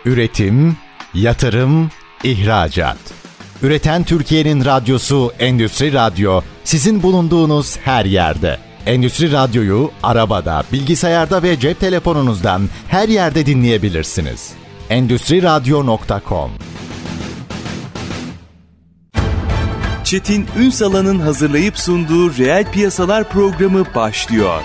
Üretim, yatırım, ihracat. Üreten Türkiye'nin radyosu Endüstri Radyo, sizin bulunduğunuz her yerde. Endüstri Radyo'yu arabada, bilgisayarda ve cep telefonunuzdan her yerde dinleyebilirsiniz. Endüstriradyo.com. Çetin Ünsal'ın hazırlayıp sunduğu Reel Piyasalar programı başlıyor.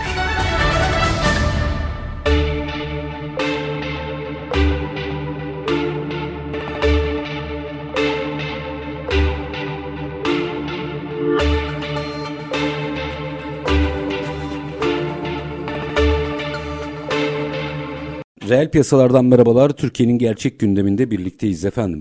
Reel piyasalardan merhabalar. Türkiye'nin gerçek gündeminde birlikteyiz efendim.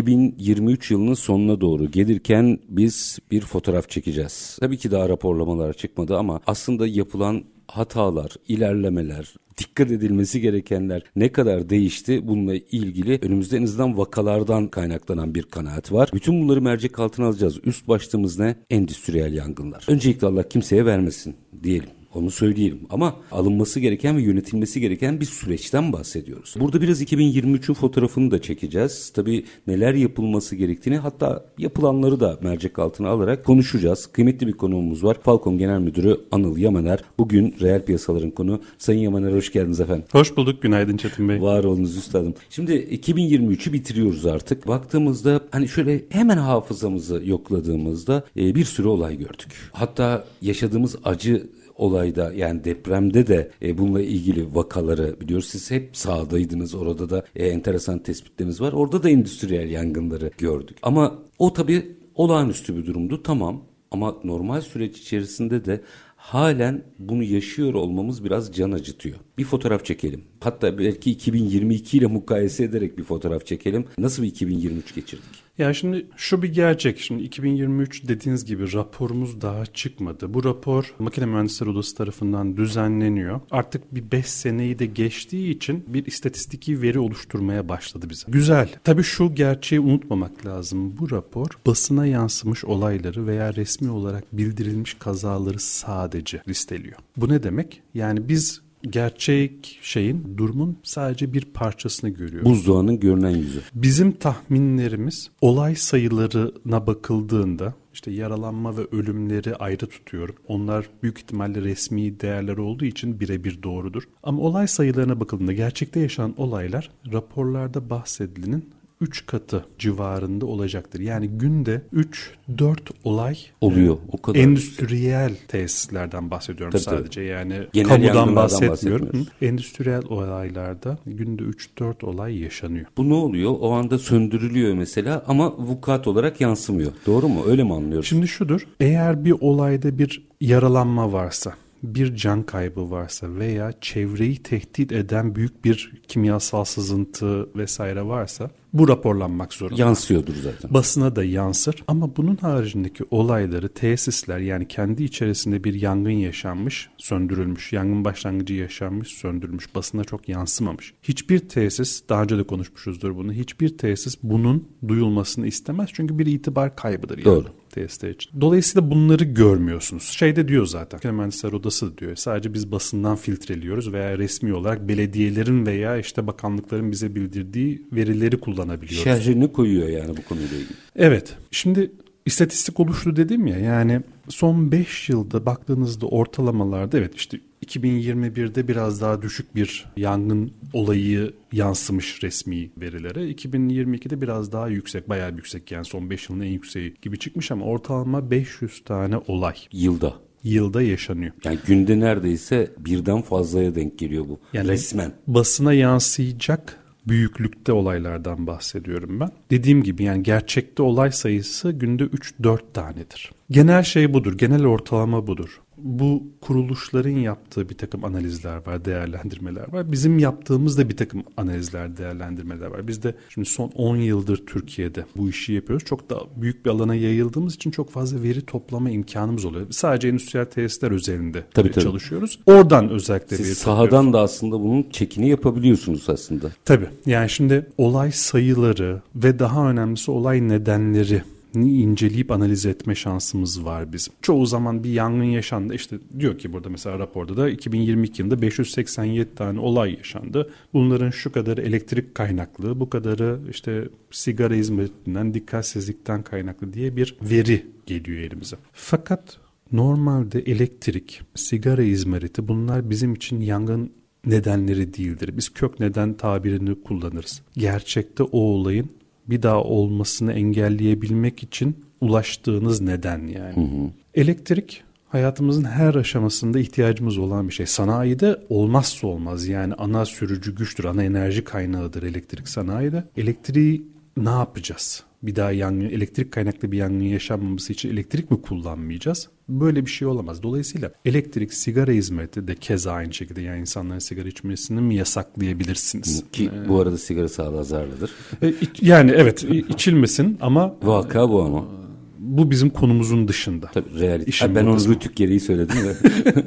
2023 yılının sonuna doğru gelirken biz bir fotoğraf çekeceğiz. Tabii ki daha raporlamalar çıkmadı ama aslında yapılan hatalar, ilerlemeler, dikkat edilmesi gerekenler ne kadar değişti, bununla ilgili önümüzde en azından vakalardan kaynaklanan bir kanaat var. Bütün bunları mercek altına alacağız. Üst başlığımız ne? Endüstriyel yangınlar. Öncelikle Allah kimseye vermesin diyelim. Onu söyleyelim ama alınması gereken ve yönetilmesi gereken bir süreçten bahsediyoruz. Burada biraz 2023'ün fotoğrafını da çekeceğiz. Tabii neler yapılması gerektiğini, hatta yapılanları da mercek altına alarak konuşacağız. Kıymetli bir konuğumuz var. Falcon Genel Müdürü Anıl Yamaner. Bugün reel piyasaların konu. Sayın Yamaner, hoş geldiniz efendim. Hoş bulduk. Günaydın Çetin Bey. Var olunuz üstadım. Şimdi 2023'ü bitiriyoruz artık. Baktığımızda hani şöyle hemen hafızamızı yokladığımızda bir sürü olay gördük. Hatta yaşadığımız acı olayda, yani depremde de bununla ilgili vakaları biliyoruz. Siz hep sahadaydınız. Orada da enteresan tespitleriniz var. Orada da endüstriyel yangınları gördük. Ama o tabii olağanüstü bir durumdu. Tamam. Ama normal süreç içerisinde de halen bunu yaşıyor olmamız biraz can acıtıyor. Bir fotoğraf çekelim. Hatta belki 2022 ile mukayese ederek bir fotoğraf çekelim. Nasıl bir 2023 geçirdik? Ya şimdi şu bir gerçek. Şimdi 2023 dediğiniz gibi raporumuz daha çıkmadı. Bu rapor Makine Mühendisleri Odası tarafından düzenleniyor. Artık bir 5 seneyi de geçtiği için bir istatistiki veri oluşturmaya başladı bize. Güzel. Tabii şu gerçeği unutmamak lazım. Bu rapor basına yansımış olayları veya resmi olarak bildirilmiş kazaları sadece listeliyor. Bu ne demek? Yani biz gerçek durumun sadece bir parçasını görüyoruz. Buzdağının görünen yüzü. Bizim tahminlerimiz olay sayılarına bakıldığında, işte yaralanma ve ölümleri ayrı tutuyorum. Onlar büyük ihtimalle resmi değerler olduğu için birebir doğrudur. Ama olay sayılarına bakıldığında gerçekte yaşanan olaylar raporlarda bahsedilenin 3 katı civarında olacaktır. Yani günde 3-4 olay oluyor. O kadar. Endüstriyel tesislerden bahsediyorum tabii, sadece. Tabii. Yani genel kamudan bahsetmiyorum. Endüstriyel olaylarda günde 3-4 olay yaşanıyor. Bu ne oluyor? O anda söndürülüyor mesela ama vukuat olarak yansımıyor. Doğru mu? Öyle mi anlıyoruz? Şimdi şudur. Eğer bir olayda bir yaralanma varsa, bir can kaybı varsa veya çevreyi tehdit eden büyük bir kimyasal sızıntı vesaire varsa bu raporlanmak zorunda. Yansıyordur zaten. Basına da yansır ama bunun haricindeki olayları tesisler, yani kendi içerisinde bir yangın yaşanmış, söndürülmüş, yangın başlangıcı yaşanmış, söndürülmüş, basına çok yansımamış. Hiçbir tesis, daha önce de konuşmuşuzdur bunu, hiçbir tesis bunun duyulmasını istemez çünkü bir itibar kaybıdır. Doğru. Tesisler için. Dolayısıyla bunları görmüyorsunuz. De diyor zaten. Makine Mühendisleri Odası diyor. Sadece biz basından filtreliyoruz veya resmi olarak belediyelerin veya işte bakanlıkların bize bildirdiği verileri kullanabiliyoruz. Şerhini koyuyor yani bu konuyla ilgili. Evet. Şimdi istatistik oluştu dedim ya, yani son 5 yılda baktığınızda ortalamalarda evet işte 2021'de biraz daha düşük bir yangın olayı yansımış resmi verilere. 2022'de biraz daha yüksek, bayağı yüksek, yani son 5 yılın en yükseği gibi çıkmış ama ortalama 500 tane olay. Yılda yaşanıyor. Yani günde neredeyse birden fazlaya denk geliyor bu. Yani resmen. Basına yansıyacak büyüklükte olaylardan bahsediyorum ben. Dediğim gibi yani gerçekte olay sayısı günde 3-4 tanedir. Genel budur, genel ortalama budur. Bu kuruluşların yaptığı bir takım analizler var, değerlendirmeler var. Bizim yaptığımız da bir takım analizler, değerlendirmeler var. Biz de şimdi son 10 yıldır Türkiye'de bu işi yapıyoruz. Çok da büyük bir alana yayıldığımız için çok fazla veri toplama imkanımız oluyor. Sadece endüstriyel tesisler özelinde çalışıyoruz. Oradan özellikle siz veri sahadan topluyoruz. da aslında bunun çekini yapabiliyorsunuz aslında. Tabii. Yani şimdi olay sayıları ve daha önemlisi olay nedenleri inceleyip analiz etme şansımız var bizim. Çoğu zaman bir yangın yaşandı. İşte diyor ki burada mesela raporda da 2022 yılında 587 tane olay yaşandı. Bunların şu kadarı elektrik kaynaklı, bu kadarı işte sigara hizmetinden, dikkatsizlikten kaynaklı diye bir veri geliyor elimize. Fakat normalde elektrik, sigara izmariti bunlar bizim için yangın nedenleri değildir. Biz kök neden tabirini kullanırız. Gerçekte o olayın bir daha olmasını engelleyebilmek için ulaştığınız neden yani. Elektrik hayatımızın her aşamasında ihtiyacımız olan bir şey. Sanayide olmazsa olmaz yani ana sürücü güçtür, ana enerji kaynağıdır elektrik sanayide. Elektriği ne yapacağız? Bir daha elektrik kaynaklı bir yangın yaşanmaması için elektrik mi kullanmayacağız? Böyle bir şey olamaz. Dolayısıyla elektrik, sigara hizmeti de keza aynı şekilde yani insanların sigara içmesini mi yasaklayabilirsiniz? Ki bu arada sigara sağlığa zararlıdır. Yani evet içilmesin ama... Vaka bu ama. Bu bizim konumuzun dışında. Tabii realite. Ben onu rütük gereği söyledim de.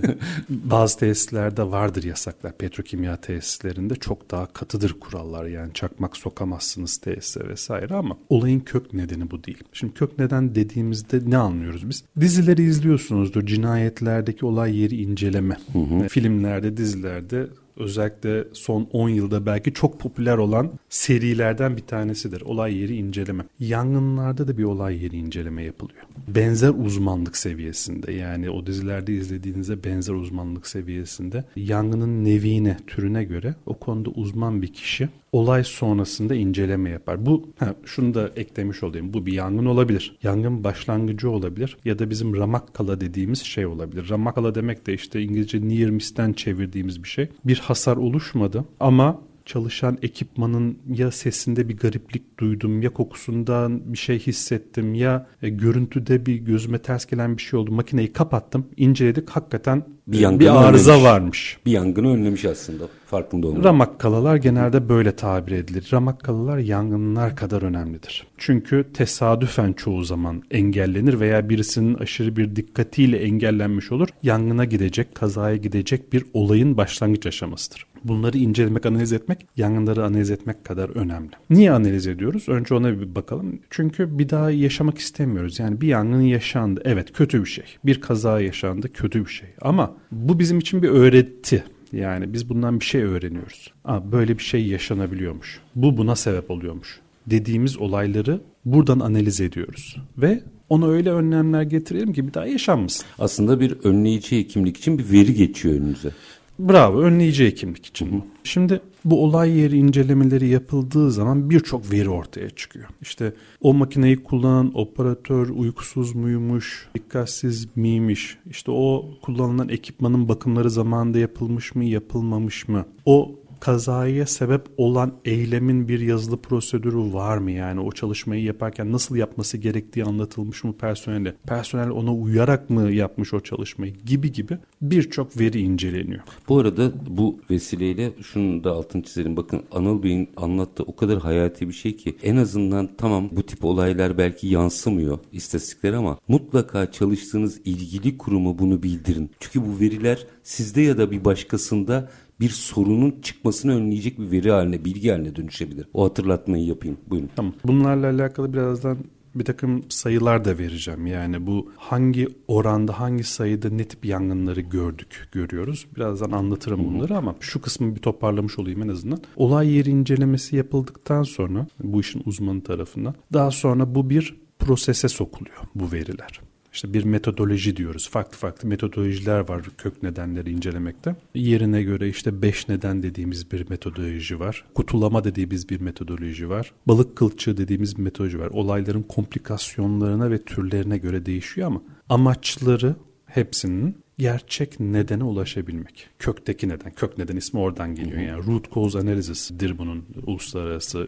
Bazı tesislerde vardır yasaklar. Petrokimya tesislerinde çok daha katıdır kurallar. Yani çakmak sokamazsınız tesise vesaire ama olayın kök nedeni bu değil. Şimdi kök neden dediğimizde ne anlıyoruz biz? Dizileri izliyorsunuzdur. Cinayetlerdeki olay yeri inceleme. Filmlerde, dizilerde özellikle son 10 yılda belki çok popüler olan serilerden bir tanesidir. Olay yeri inceleme. Yangınlarda da bir olay yeri inceleme yapılıyor. Benzer uzmanlık seviyesinde yani o dizilerde izlediğinizde benzer uzmanlık seviyesinde yangının nevine, türüne göre o konuda uzman bir kişi olay sonrasında inceleme yapar. Şunu da eklemiş olayım. Bu bir yangın olabilir. Yangın başlangıcı olabilir ya da bizim ramakkala dediğimiz şey olabilir. Ramakkala demek de işte İngilizce near miss'ten çevirdiğimiz bir şey. Bir hasar oluşmadı ama çalışan ekipmanın ya sesinde bir gariplik duydum ya kokusundan bir şey hissettim ya görüntüde bir gözüme ters gelen bir şey oldu. Makineyi kapattım, inceledik, hakikaten bir arıza varmış. Bir yangını önlemiş aslında farkında olmadan. Ramakkalalar genelde böyle tabir edilir. Ramakkalalar yangınlar kadar önemlidir. Çünkü tesadüfen çoğu zaman engellenir veya birisinin aşırı bir dikkatiyle engellenmiş olur. Yangına gidecek, kazaya gidecek bir olayın başlangıç aşamasıdır. Bunları incelemek, analiz etmek, yangınları analiz etmek kadar önemli. Niye analiz ediyoruz? Önce ona bir bakalım. Çünkü bir daha yaşamak istemiyoruz. Yani bir yangın yaşandı. Evet, kötü bir şey. Bir kaza yaşandı, kötü bir şey. Ama bu bizim için bir öğreti. Yani biz bundan bir şey öğreniyoruz. Böyle bir şey yaşanabiliyormuş. Bu buna sebep oluyormuş. Dediğimiz olayları buradan analiz ediyoruz. Ve ona öyle önlemler getirelim ki bir daha yaşanmasın. Aslında bir önleyici hekimlik için bir veri geçiyor önünüze. Bravo, önleyici hekimlik için. Şimdi bu olay yeri incelemeleri yapıldığı zaman birçok veri ortaya çıkıyor. İşte o makineyi kullanan operatör uykusuz muymuş, dikkatsiz miymiş, işte o kullanılan ekipmanın bakımları zamanında yapılmış mı, yapılmamış mı? O kazaya sebep olan eylemin bir yazılı prosedürü var mı? Yani o çalışmayı yaparken nasıl yapması gerektiği anlatılmış mı personele? Personel ona uyarak mı yapmış o çalışmayı? Gibi birçok veri inceleniyor. Bu arada bu vesileyle şunu da altını çizelim. Bakın Anıl Bey'in anlattığı o kadar hayati bir şey ki en azından tamam bu tip olaylar belki yansımıyor istatistiklere ama mutlaka çalıştığınız ilgili kurumu bunu bildirin. Çünkü bu veriler sizde ya da bir başkasında bir sorunun çıkmasını önleyecek bir veri haline, bilgi haline dönüşebilir. O hatırlatmayı yapayım. Buyurun. Tamam. Bunlarla alakalı birazdan bir takım sayılar da vereceğim. Yani bu hangi oranda, hangi sayıda ne tip yangınları görüyoruz. Birazdan anlatırım bunları ama şu kısmı bir toparlamış olayım en azından. Olay yeri incelemesi yapıldıktan sonra bu işin uzmanı tarafından daha sonra bu bir prosese sokuluyor bu veriler. İşte bir metodoloji diyoruz. Farklı metodolojiler var kök nedenleri incelemekte. Yerine göre işte 5 neden dediğimiz bir metodoloji var. Kutulama dediğimiz bir metodoloji var. Balık kılçığı dediğimiz bir metodoloji var. Olayların komplikasyonlarına ve türlerine göre değişiyor ama amaçları hepsinin gerçek nedene ulaşabilmek. Kökteki neden. Kök neden ismi oradan geliyor. Yani root cause analysis'dir bunun uluslararası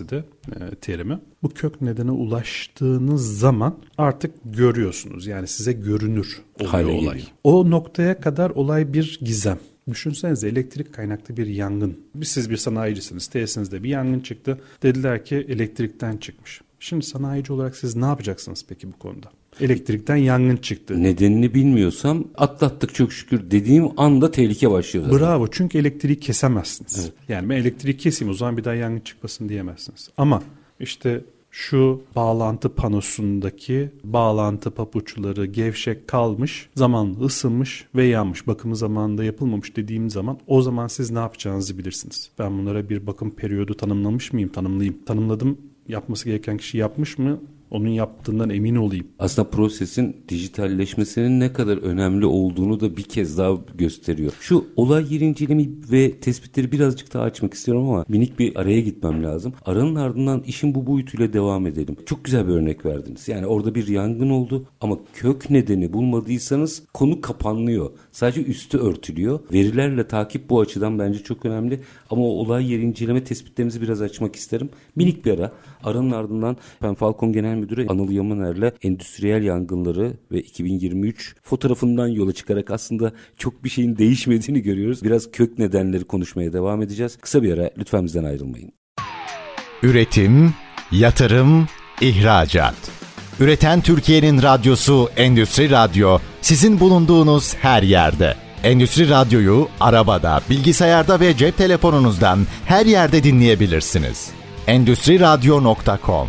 terimi. Bu kök nedene ulaştığınız zaman artık görüyorsunuz. Yani size görünür oluyor olay. O noktaya kadar olay bir gizem. Düşünsenize elektrik kaynaklı bir yangın. Siz bir sanayicisiniz. Tesisinizde bir yangın çıktı. Dediler ki elektrikten çıkmış. Şimdi sanayici olarak siz ne yapacaksınız peki bu konuda? Elektrikten yangın çıktı. Nedenini bilmiyorsam atlattık çok şükür dediğim anda tehlike başlıyor zaten. Bravo, çünkü elektriği kesemezsiniz. Evet. Yani ben elektriği keseyim o zaman bir daha yangın çıkmasın diyemezsiniz. Ama işte şu bağlantı panosundaki bağlantı papuçları gevşek kalmış, zamanla ısınmış ve yanmış. Bakımı zamanında yapılmamış dediğim zaman o zaman siz ne yapacağınızı bilirsiniz. Ben bunlara bir bakım periyodu tanımlamış mıyım? Tanımladım. Yapması gereken kişi yapmış mı? Onun yaptığından emin olayım. Aslında prosesin dijitalleşmesinin ne kadar önemli olduğunu da bir kez daha gösteriyor. Şu olay yeri inceleme ve tespitleri birazcık daha açmak istiyorum ama minik bir araya gitmem lazım. Aranın ardından işin bu boyutuyla devam edelim. Çok güzel bir örnek verdiniz. Yani orada bir yangın oldu ama kök nedeni bulmadıysanız konu kapanıyor. Sadece üstü örtülüyor. Verilerle takip bu açıdan bence çok önemli. Ama o olay yeri inceleme tespitlerimizi biraz açmak isterim. Minik bir ara. Aranın ardından ben Falcon Genel Müdürü Anıl Yamaner'le endüstriyel yangınları ve 2023 fotoğrafından yola çıkarak aslında çok bir şeyin değişmediğini görüyoruz. Biraz kök nedenleri konuşmaya devam edeceğiz. Kısa bir ara, lütfen bizden ayrılmayın. Üretim, yatırım, ihracat. Üreten Türkiye'nin radyosu Endüstri Radyo, sizin bulunduğunuz her yerde. Endüstri Radyo'yu arabada, bilgisayarda ve cep telefonunuzdan her yerde dinleyebilirsiniz. Endüstriradyo.com.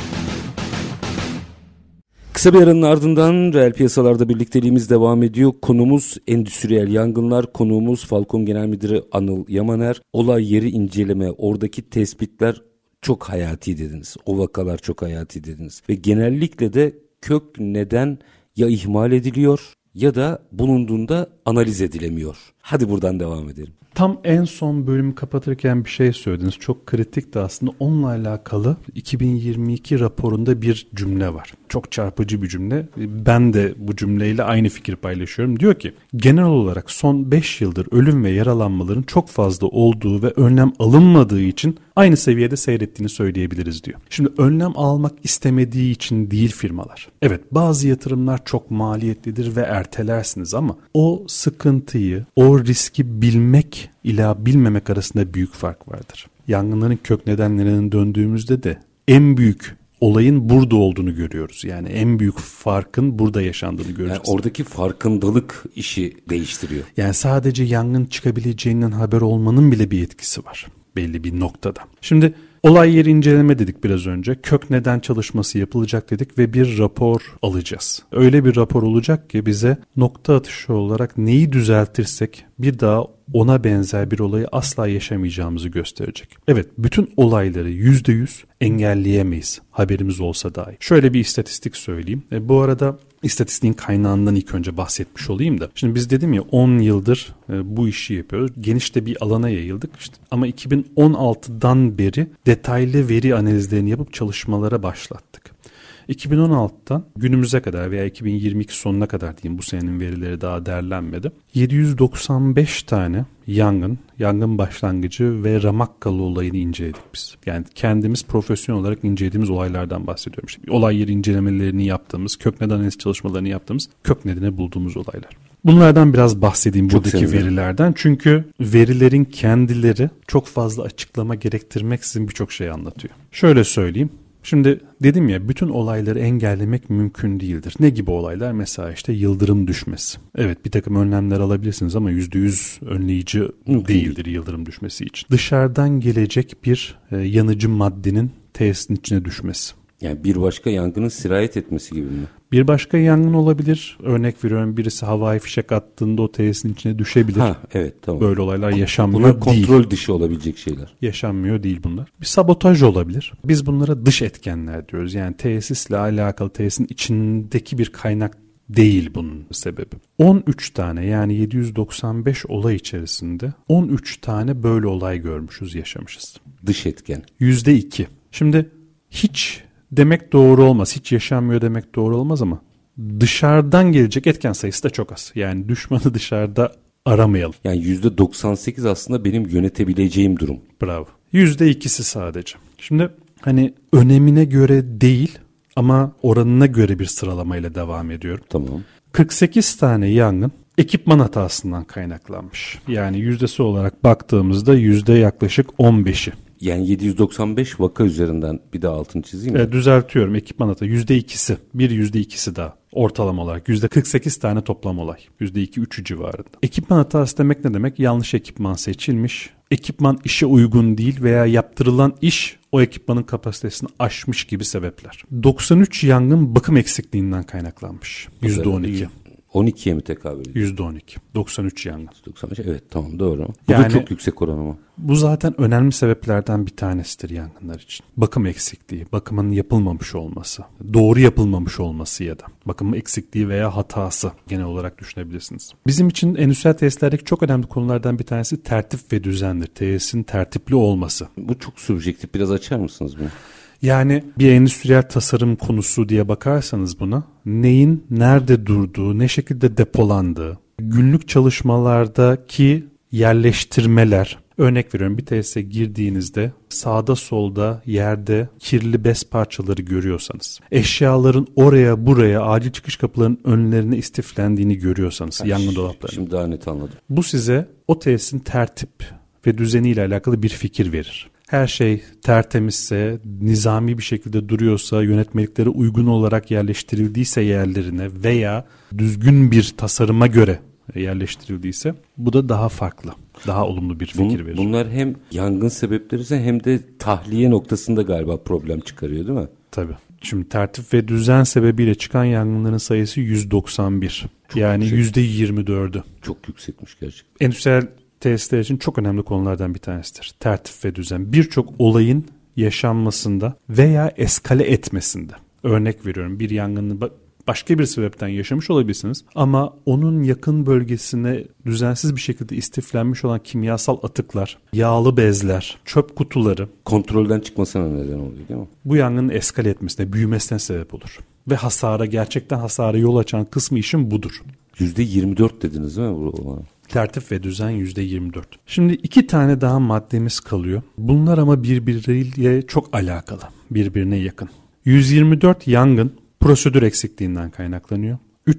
Kısa bir aranın ardından reel piyasalarda birlikteliğimiz devam ediyor. Konumuz endüstriyel yangınlar. Konuğumuz Falcon Genel Müdürü Anıl Yamaner. Olay yeri inceleme, oradaki tespitler çok hayati dediniz. O vakalar çok hayati dediniz. Ve genellikle de kök neden ya ihmal ediliyor ya da bulunduğunda analiz edilemiyor. Hadi buradan devam edelim. Tam en son bölümü kapatırken bir şey söylediniz. Çok kritikti aslında. Onunla alakalı 2022 raporunda bir cümle var. Çok çarpıcı bir cümle. Ben de bu cümleyle aynı fikir paylaşıyorum. Diyor ki genel olarak son 5 yıldır ölüm ve yaralanmaların çok fazla olduğu ve önlem alınmadığı için aynı seviyede seyrettiğini söyleyebiliriz diyor. Şimdi önlem almak istemediği için değil firmalar. Evet, bazı yatırımlar çok maliyetlidir ve ertelersiniz ama o sıkıntıyı, o riski bilmek ila bilmemek arasında büyük fark vardır. Yangınların kök nedenlerinin döndüğümüzde de en büyük olayın burada olduğunu görüyoruz. Yani en büyük farkın burada yaşandığını göreceğiz. Yani oradaki farkındalık işi değiştiriyor. Yani sadece yangın çıkabileceğinden haber olmanın bile bir etkisi var belli bir noktada. Şimdi olay yeri inceleme dedik biraz önce. Kök neden çalışması yapılacak dedik ve bir rapor alacağız. Öyle bir rapor olacak ki bize nokta atışı olarak neyi düzeltirsek bir daha ona benzer bir olayı asla yaşamayacağımızı gösterecek. Evet, bütün olayları %100 engelleyemeyiz. Haberimiz olsa dahi. Şöyle bir istatistik söyleyeyim. Bu arada istatistiğin kaynağından ilk önce bahsetmiş olayım da. Şimdi biz dedim ya 10 yıldır bu işi yapıyoruz. Geniş de bir alana yayıldık. İşte. Ama 2016'dan beri detaylı veri analizlerini yapıp çalışmalara başlattık. 2016'dan günümüze kadar veya 2022 sonuna kadar diyeyim, bu senenin verileri daha derlenmedi. 795 tane yangın başlangıcı ve Ramakkalı olayını inceledik biz. Yani kendimiz profesyonel olarak incelediğimiz olaylardan bahsediyorum. İşte olay yeri incelemelerini yaptığımız, kök neden analiz çalışmalarını yaptığımız, kök nedeni bulduğumuz olaylar. Bunlardan biraz bahsedeyim, buradaki verilerden. Çünkü verilerin kendileri çok fazla açıklama gerektirmeksizin birçok şey anlatıyor. Şöyle söyleyeyim. Şimdi dedim ya, bütün olayları engellemek mümkün değildir. Ne gibi olaylar? Mesela işte yıldırım düşmesi. Evet, bir takım önlemler alabilirsiniz ama %100 önleyici değildir yıldırım düşmesi için. Dışarıdan gelecek bir yanıcı maddenin tesisin içine düşmesi. Yani bir başka yangının sirayet etmesi gibi mi? Bir başka yangın olabilir. Örnek veriyorum, birisi havai fişek attığında o tesisin içine düşebilir. Evet, tamam. Böyle olaylar yaşanmıyor bunlar değil. Kontrol dışı olabilecek şeyler. Yaşanmıyor değil bunlar. Bir sabotaj olabilir. Biz bunlara dış etkenler diyoruz. Yani tesisle alakalı, tesisin içindeki bir kaynak değil bunun sebebi. 13 tane, yani 795 olay içerisinde 13 tane böyle olay görmüşüz, yaşamışız. Dış etken. %2. Şimdi hiç demek doğru olmaz. Hiç yaşanmıyor demek doğru olmaz ama dışarıdan gelecek etken sayısı da çok az. Yani düşmanı dışarıda aramayalım. Yani %98 aslında benim yönetebileceğim durum. Bravo. %2'si sadece. Şimdi hani önemine göre değil ama oranına göre bir sıralamayla devam ediyorum. Tamam. 48 tane yangın ekipman hatasından kaynaklanmış. Yani yüzdesi olarak baktığımızda yaklaşık 15'i. Yani 795 vaka üzerinden bir daha altını çizeyim mi? Düzeltiyorum, ekipman hata %2'si. %2'si daha ortalama olarak. %48 tane toplam olay. %2-3 civarında. Ekipman hatası demek ne demek? Yanlış ekipman seçilmiş. ekipman işe uygun değil veya yaptırılan iş o ekipmanın kapasitesini aşmış gibi sebepler. 93 yangın bakım eksikliğinden kaynaklanmış. %12. 12'ye mi tekabül ediyor? %12. 93 yangın. 95, evet tamam doğru. Bu Yani, da çok yüksek oran ama. Bu zaten önemli sebeplerden bir tanesidir yangınlar için. Bakım eksikliği, bakımın yapılmamış olması, doğru yapılmamış olması ya da bakım eksikliği veya hatası genel olarak düşünebilirsiniz. Bizim için endüstriyel tesislerdeki çok önemli konulardan bir tanesi tertip ve düzendir. Tesisin tertipli olması. Bu çok subjektif. Biraz açar mısınız bunu? Yani bir endüstriyel tasarım konusu diye bakarsanız buna neyin nerede durduğu, ne şekilde depolandığı, günlük çalışmalardaki yerleştirmeler. Örnek veriyorum, bir tesise girdiğinizde sağda solda yerde kirli bez parçaları görüyorsanız, eşyaların oraya buraya acil çıkış kapılarının önlerine istiflendiğini görüyorsanız, yangın dolapları. Şimdi daha net anladım. Bu size o tesisin tertip ve düzeniyle alakalı bir fikir verir. Her şey tertemizse, nizami bir şekilde duruyorsa, yönetmeliklere uygun olarak yerleştirildiyse yerlerine veya düzgün bir tasarıma göre yerleştirildiyse bu da daha farklı, daha olumlu bir fikir verir. Bunlar hem yangın sebepleri ise hem de tahliye noktasında galiba problem çıkarıyor değil mi? Tabii. Şimdi tertip ve düzen sebebiyle çıkan yangınların sayısı 191. Çok yani %24'ü. Çok yüksekmiş gerçekten. Endüstriyel tesisler için çok önemli konulardan bir tanesidir. Tertip ve düzen. Birçok olayın yaşanmasında veya eskale etmesinde. Örnek veriyorum, bir yangını başka bir sebepten yaşamış olabilirsiniz ama onun yakın bölgesine düzensiz bir şekilde istiflenmiş olan kimyasal atıklar, yağlı bezler, çöp kutuları kontrolden çıkmasına neden oluyor değil mi? Bu yangının eskale etmesine, büyümesine sebep olur. Ve gerçekten hasara yol açan kısmı işin budur. %24 dediniz değil mi bu? Tertip ve düzen %24. Şimdi 2 tane daha maddemiz kalıyor. Bunlar ama birbiriyle çok alakalı, birbirine yakın. 124 yangın prosedür eksikliğinden kaynaklanıyor.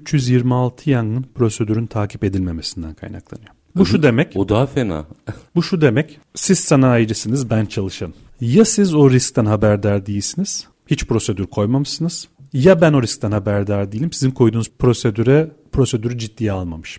326 yangın prosedürün takip edilmemesinden kaynaklanıyor. Bu şu demek. O daha fena. Bu şu demek. Siz sanayicisiniz, ben çalışanım. Ya siz o riskten haberdar değilsiniz, hiç prosedür koymamışsınız. Ya ben o riskten haberdar değilim, sizin koyduğunuz prosedürü ciddiye almamışım.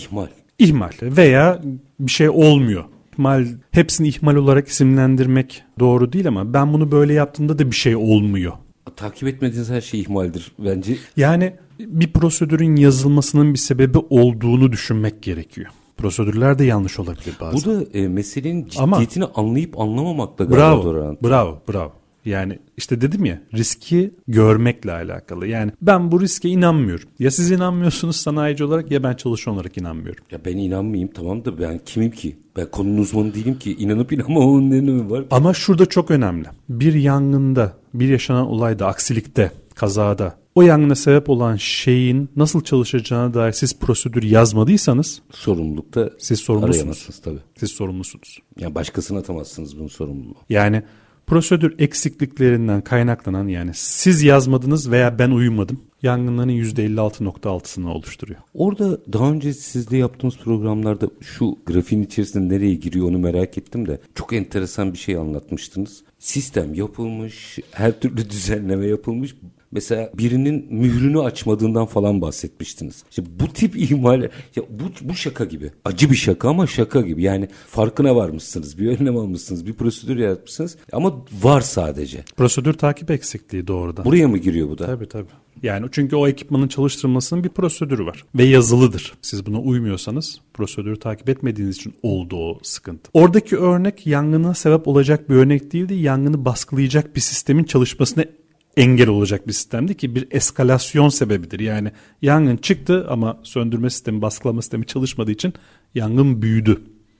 İhmal veya bir şey olmuyor. Hepsini ihmal olarak isimlendirmek doğru değil ama ben bunu böyle yaptığımda da bir şey olmuyor. Takip etmediğiniz her şey ihmaldir bence. Yani bir prosedürün yazılmasının bir sebebi olduğunu düşünmek gerekiyor. Prosedürler de yanlış olabilir bazen. Bu da meselenin ciddiyetini anlayıp anlamamakla galiba. Bravo. Yani işte dedim ya, riski görmekle alakalı. Yani ben bu riske inanmıyorum. Ya siz inanmıyorsunuz sanayici olarak ya ben çalışan olarak inanmıyorum. Ya ben inanmayayım tamam da ben kimim ki? Ben konunun uzmanı değilim ki. İnanıp inanmamamın ne önemi var? Ama şurada çok önemli. Bir yangında, bir yaşanan olayda, aksilikte, kazada o yangına sebep olan şeyin nasıl çalışacağına dair siz prosedür yazmadıysanız sorumlulukta siz sorumlusunuz. Tabii. Siz sorumlusunuz. Yani başkasına atamazsınız bunun sorumluluğu. Yani prosedür eksikliklerinden kaynaklanan, yani siz yazmadınız veya ben uyumadım, yangınların %56.6'sını oluşturuyor. Orada daha önce sizde yaptığımız programlarda şu grafiğin içerisinde nereye giriyor onu merak ettim de çok enteresan bir şey anlatmıştınız. Sistem yapılmış, her türlü düzenleme yapılmış. Mesela birinin mührünü açmadığından falan bahsetmiştiniz. İşte bu tip ihmal, ya bu şaka gibi. Acı bir şaka ama şaka gibi. Yani farkına varmışsınız, bir önlem almışsınız, bir prosedür yaratmışsınız ama var sadece. Prosedür takip eksikliği doğrudan. Buraya mı giriyor bu da? Tabii. Yani çünkü o ekipmanın çalıştırılmasının bir prosedürü var ve yazılıdır. Siz buna uymuyorsanız prosedürü takip etmediğiniz için oldu o sıkıntı. Oradaki örnek yangına sebep olacak bir örnek değildi. Yangını baskılayacak bir sistemin çalışmasına engel olacak bir sistemdi ki bir eskalasyon sebebidir. Yani yangın çıktı ama söndürme sistemi, baskılama sistemi çalışmadığı için yangın büyüdü.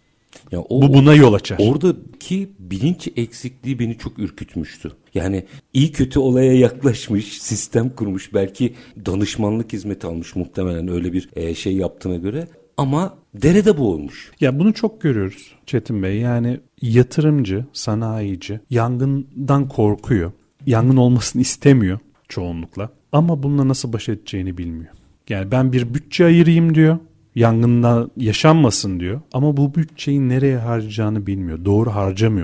Ya bu buna yol açar. Oradaki bilinç eksikliği beni çok ürkütmüştü. Yani iyi kötü olaya yaklaşmış, sistem kurmuş, belki danışmanlık hizmeti almış muhtemelen öyle bir şey yaptığına göre. Ama derede boğulmuş. Ya bunu çok görüyoruz Çetin Bey. Yani yatırımcı, sanayici yangından korkuyor. Yangın olmasını istemiyor çoğunlukla. Ama bununla nasıl baş edeceğini bilmiyor. Yani ben bir bütçe ayırayım diyor. Yangından yaşanmasın diyor. Ama bu bütçeyi nereye harcayacağını bilmiyor. Doğru harcamıyorlar.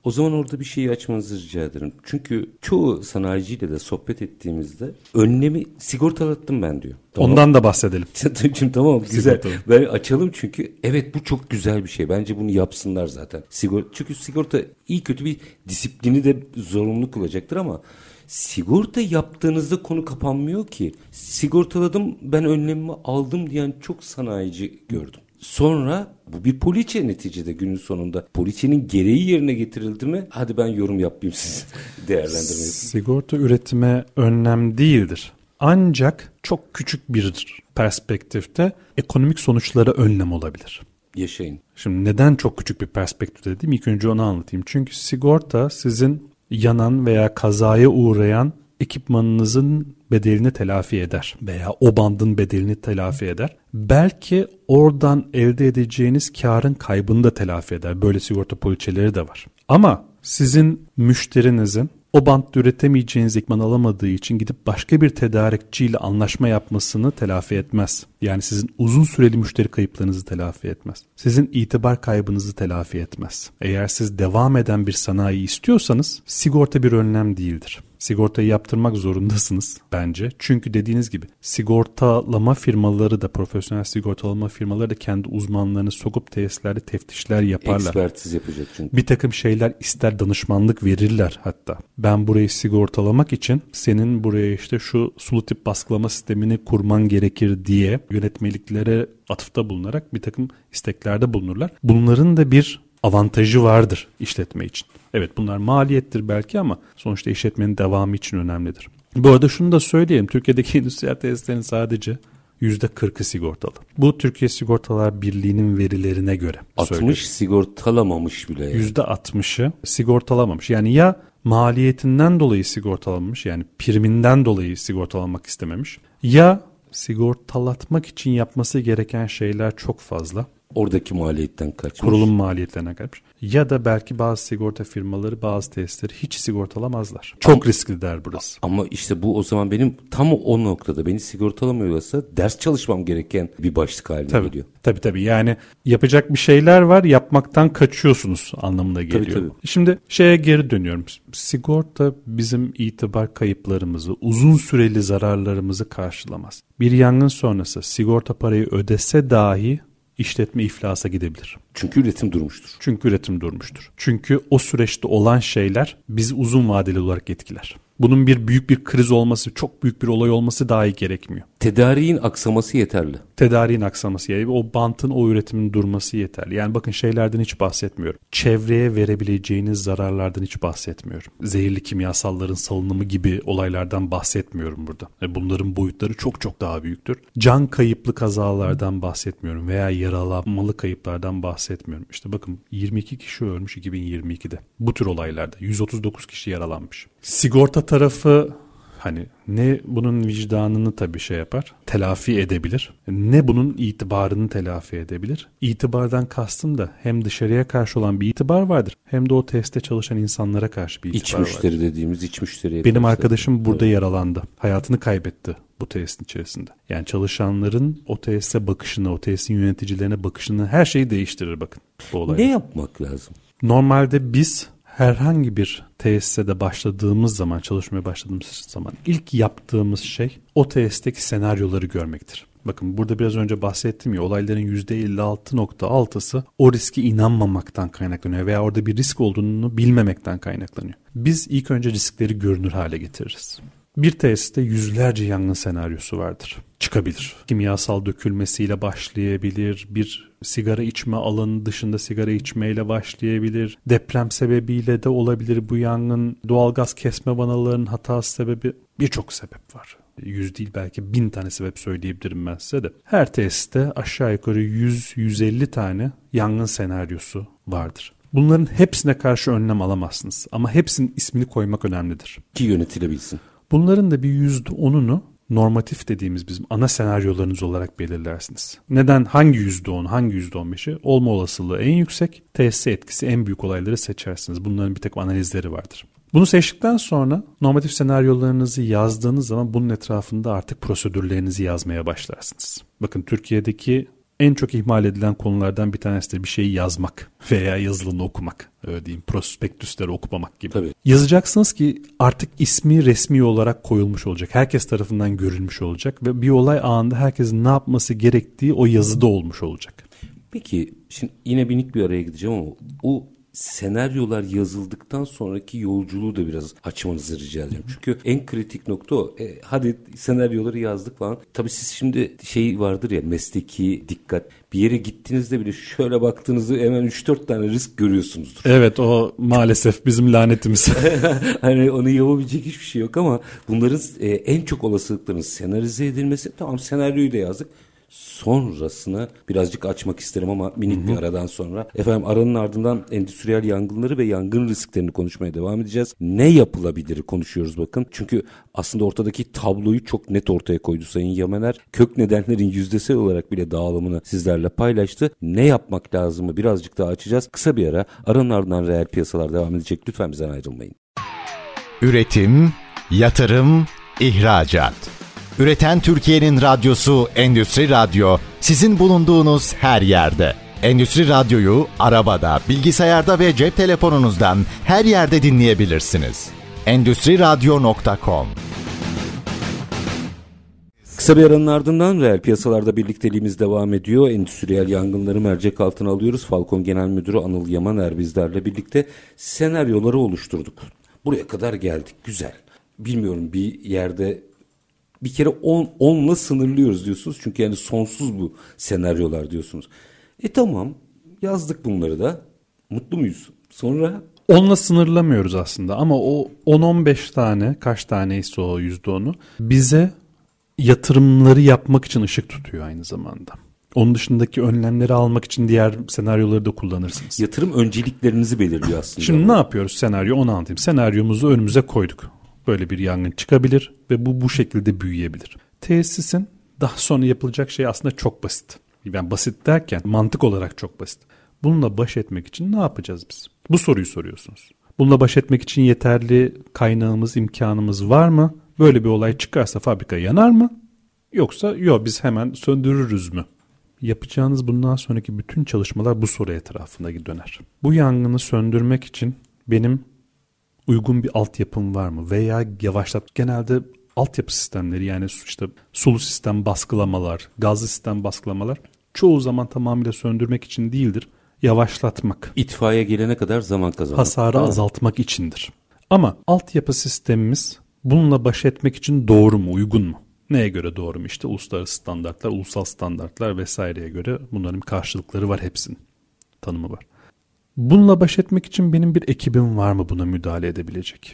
O zaman orada bir şeyi açmanızı rica ederim. Çünkü çoğu sanayiciyle de sohbet ettiğimizde önlemi sigortalattım ben diyor. Tamam. Ondan da bahsedelim. Tamam güzel. Ben açalım çünkü evet bu çok güzel bir şey. Bence bunu yapsınlar zaten. Çünkü sigorta iyi kötü bir disiplini de zorunlu kılacaktır ama sigorta yaptığınızda konu kapanmıyor ki. Sigortaladım, ben önlemimi aldım diyen çok sanayici gördüm. Sonra bu bir poliçe neticede günün sonunda. Poliçenin gereği yerine getirildi mi? Hadi ben yorum yapayım, siz değerlendirmeyi. Sigorta üretime önlem değildir. Ancak çok küçük bir perspektifte ekonomik sonuçlara önlem olabilir. Yaşayın. Şimdi neden çok küçük bir perspektif dedim? İlk önce onu anlatayım. Çünkü sigorta sizin yanan veya kazaya uğrayan ekipmanınızın bedelini telafi eder veya o bandın bedelini telafi eder. Belki oradan elde edeceğiniz karın kaybını da telafi eder. Böyle sigorta poliçeleri de var. Ama sizin müşterinizin o bantta üretemeyeceğiniz ekipman alamadığı için gidip başka bir tedarikçiyle anlaşma yapmasını telafi etmez. Yani sizin uzun süreli müşteri kayıplarınızı telafi etmez. Sizin itibar kaybınızı telafi etmez. Eğer siz devam eden bir sanayi istiyorsanız sigorta bir önlem değildir. Sigortayı yaptırmak zorundasınız bence. Çünkü dediğiniz gibi sigortalama firmaları da, profesyonel sigortalama firmaları da kendi uzmanlarını sokup tesislerde teftişler yaparlar. Ekspertiz yapacak çünkü. Bir takım şeyler ister, danışmanlık verirler hatta. Ben burayı sigortalamak için senin buraya işte şu sulu tip baskılama sistemini kurman gerekir diye yönetmeliklere atıfta bulunarak bir takım isteklerde bulunurlar. Bunların da bir avantajı vardır işletme için. Evet, bunlar maliyettir belki ama sonuçta işletmenin devamı için önemlidir. Bu arada şunu da söyleyeyim. Türkiye'deki endüstriyel tesislerin sadece %40'ı sigortalı. Bu Türkiye Sigortalar Birliği'nin verilerine göre. 60 sigortalamamış bile yani. %60'ı sigortalamamış. Yani ya maliyetinden dolayı sigortalamamış, yani priminden dolayı sigortalamak istememiş, ya sigortalatmak için yapması gereken şeyler çok fazla. Oradaki maliyetten kaçmış. Kurulum maliyetlerine kaçmış. Ya da belki bazı sigorta firmaları bazı tesisleri hiç sigortalamazlar. Çok riskli der burası. Ama işte bu o zaman benim tam o noktada beni sigortalamıyorsa ders çalışmam gereken bir başlık haline geliyor. Tabii. Yani yapacak bir şeyler var, yapmaktan kaçıyorsunuz anlamına geliyor. Tabii. Şimdi şeye geri dönüyorum. Sigorta bizim itibar kayıplarımızı, uzun süreli zararlarımızı karşılamaz. Bir yangın sonrası sigorta parayı ödese dahi işletme iflasa gidebilir. Çünkü üretim durmuştur. Çünkü o süreçte olan şeyler bizi uzun vadeli olarak etkiler. Bunun büyük bir kriz olması, çok büyük bir olay olması dahi gerekmiyor. Tedariğin aksaması yeterli. O bantın, o üretimin durması yeterli. Yani bakın şeylerden hiç bahsetmiyorum. Çevreye verebileceğiniz zararlardan hiç bahsetmiyorum. Zehirli kimyasalların salınımı gibi olaylardan bahsetmiyorum burada. Bunların boyutları çok çok daha büyüktür. Can kayıplı kazalardan bahsetmiyorum veya yaralanmalı kayıplardan bahsetmiyorum. İşte bakın 22 kişi ölmüş 2022'de. Bu tür olaylarda 139 kişi yaralanmış. Sigorta tarafı hani ne bunun vicdanını tabii yapar, telafi edebilir, ne bunun itibarını telafi edebilir. İtibardan kastım da hem dışarıya karşı olan bir itibar vardır, hem de o tesiste çalışan insanlara karşı bir itibar vardır. İç müşteri dediğimiz iç müşteriye. Benim arkadaşım burada yaralandı. Hayatını kaybetti bu tesisin içerisinde. Yani çalışanların o tesise bakışını, o tesisin yöneticilerine bakışını, her şeyi değiştirir bakın bu olaylar. Ne yapmak lazım? Normalde biz herhangi bir tesise de çalışmaya başladığımız zaman ilk yaptığımız şey o tesisteki senaryoları görmektir. Bakın burada biraz önce bahsettim ya, olayların %56.6'sı o riske inanmamaktan kaynaklanıyor veya orada bir risk olduğunu bilmemekten kaynaklanıyor. Biz ilk önce riskleri görünür hale getiririz. Bir tesiste yüzlerce yangın senaryosu vardır. Çıkabilir. Kimyasal dökülmesiyle başlayabilir. Bir sigara içme alanı dışında sigara içmeyle başlayabilir. Deprem sebebiyle de olabilir bu yangın. Doğalgaz kesme vanalarının hatası sebebi, birçok sebep var. 100 değil belki 1000 tane sebep söyleyebilirim ben size de. Her tesiste aşağı yukarı 100-150 tane yangın senaryosu vardır. Bunların hepsine karşı önlem alamazsınız. Ama hepsinin ismini koymak önemlidir. Ki yönetilebilsin. Bunların da bir %10'unu normatif dediğimiz bizim ana senaryolarınız olarak belirlersiniz. Neden? Hangi %10, hangi %15'i? Olma olasılığı en yüksek, tesise etkisi en büyük olayları seçersiniz. Bunların bir takım analizleri vardır. Bunu seçtikten sonra normatif senaryolarınızı yazdığınız zaman bunun etrafında artık prosedürlerinizi yazmaya başlarsınız. Bakın Türkiye'deki en çok ihmal edilen konulardan bir tanesi de bir şeyi yazmak veya yazılını okumak. Öyle diyeyim, prospektüsleri okumamak gibi. Tabii. Yazacaksınız ki artık ismi resmi olarak koyulmuş olacak. Herkes tarafından görülmüş olacak ve bir olay anında herkesin ne yapması gerektiği o yazıda olmuş olacak. Peki şimdi yine minik bir araya gideceğim ama o senaryolar yazıldıktan sonraki yolculuğu da biraz açmanızı rica edeceğim. Çünkü en kritik nokta o. Hadi senaryoları yazdık falan. Tabii siz şimdi şey vardır ya, mesleki dikkat. Bir yere gittiğinizde bile şöyle baktığınızda hemen 3-4 tane risk görüyorsunuzdur. Evet, o maalesef bizim lanetimiz. Hani onu yapabilecek hiçbir şey yok ama bunların en çok olasılıklarının senarize edilmesi. Tamam, senaryoyu da yazdık. Sonrasını birazcık açmak isterim ama minik bir aradan sonra. Efendim, aranın ardından endüstriyel yangınları ve yangın risklerini konuşmaya devam edeceğiz. Ne yapılabilir konuşuyoruz bakın. Çünkü aslında ortadaki tabloyu çok net ortaya koydu Sayın Yamener. Kök nedenlerin yüzdesel olarak bile dağılımını sizlerle paylaştı. Ne yapmak lazımı birazcık daha açacağız. Kısa bir ara, aranın ardından reel piyasalar devam edecek. Lütfen bizden ayrılmayın. Üretim, yatırım, ihracat. Üreten Türkiye'nin radyosu Endüstri Radyo, sizin bulunduğunuz her yerde. Endüstri Radyo'yu arabada, bilgisayarda ve cep telefonunuzdan her yerde dinleyebilirsiniz. Endüstriradyo.com. Kısa bir aranın ardından reel piyasalarda birlikteliğimiz devam ediyor. Endüstriyel yangınları mercek altına alıyoruz. Falcon Genel Müdürü Anıl Yamaner bizlerle birlikte senaryoları oluşturduk. Buraya kadar geldik. Güzel. Bilmiyorum, bir yerde bir kere 10'la sınırlıyoruz diyorsunuz. Çünkü yani sonsuz bu senaryolar diyorsunuz. Tamam, yazdık bunları da. Mutlu muyuz? Sonra? 10'la sınırlamıyoruz aslında ama o 10-15 tane, kaç taneyse o %10'u bize yatırımları yapmak için ışık tutuyor aynı zamanda. Onun dışındaki önlemleri almak için diğer senaryoları da kullanırsınız. Yatırım önceliklerinizi belirliyor aslında. Şimdi ne yapıyoruz senaryo? Onu anlatayım. Senaryomuzu önümüze koyduk. Böyle bir yangın çıkabilir ve bu şekilde büyüyebilir. Tesisin daha sonra yapılacak şey aslında çok basit. Yani basit derken mantık olarak çok basit. Bununla baş etmek için ne yapacağız biz? Bu soruyu soruyorsunuz. Bununla baş etmek için yeterli kaynağımız, imkanımız var mı? Böyle bir olay çıkarsa fabrika yanar mı? Yoksa yok, biz hemen söndürürüz mü? Yapacağınız bundan sonraki bütün çalışmalar bu soru etrafında döner. Bu yangını söndürmek için benim uygun bir altyapım var mı? Veya genelde altyapı sistemleri, yani işte sulu sistem baskılamalar, gazlı sistem baskılamalar çoğu zaman tamamıyla söndürmek için değildir. Yavaşlatmak. İtfaiye gelene kadar zaman kazanmak. Hasarı azaltmak içindir. Ama altyapı sistemimiz bununla baş etmek için doğru mu, uygun mu? Neye göre doğru mu? İşte uluslararası standartlar, ulusal standartlar vesaireye göre bunların karşılıkları var, hepsinin tanımı var. Bununla baş etmek için benim bir ekibim var mı buna müdahale edebilecek?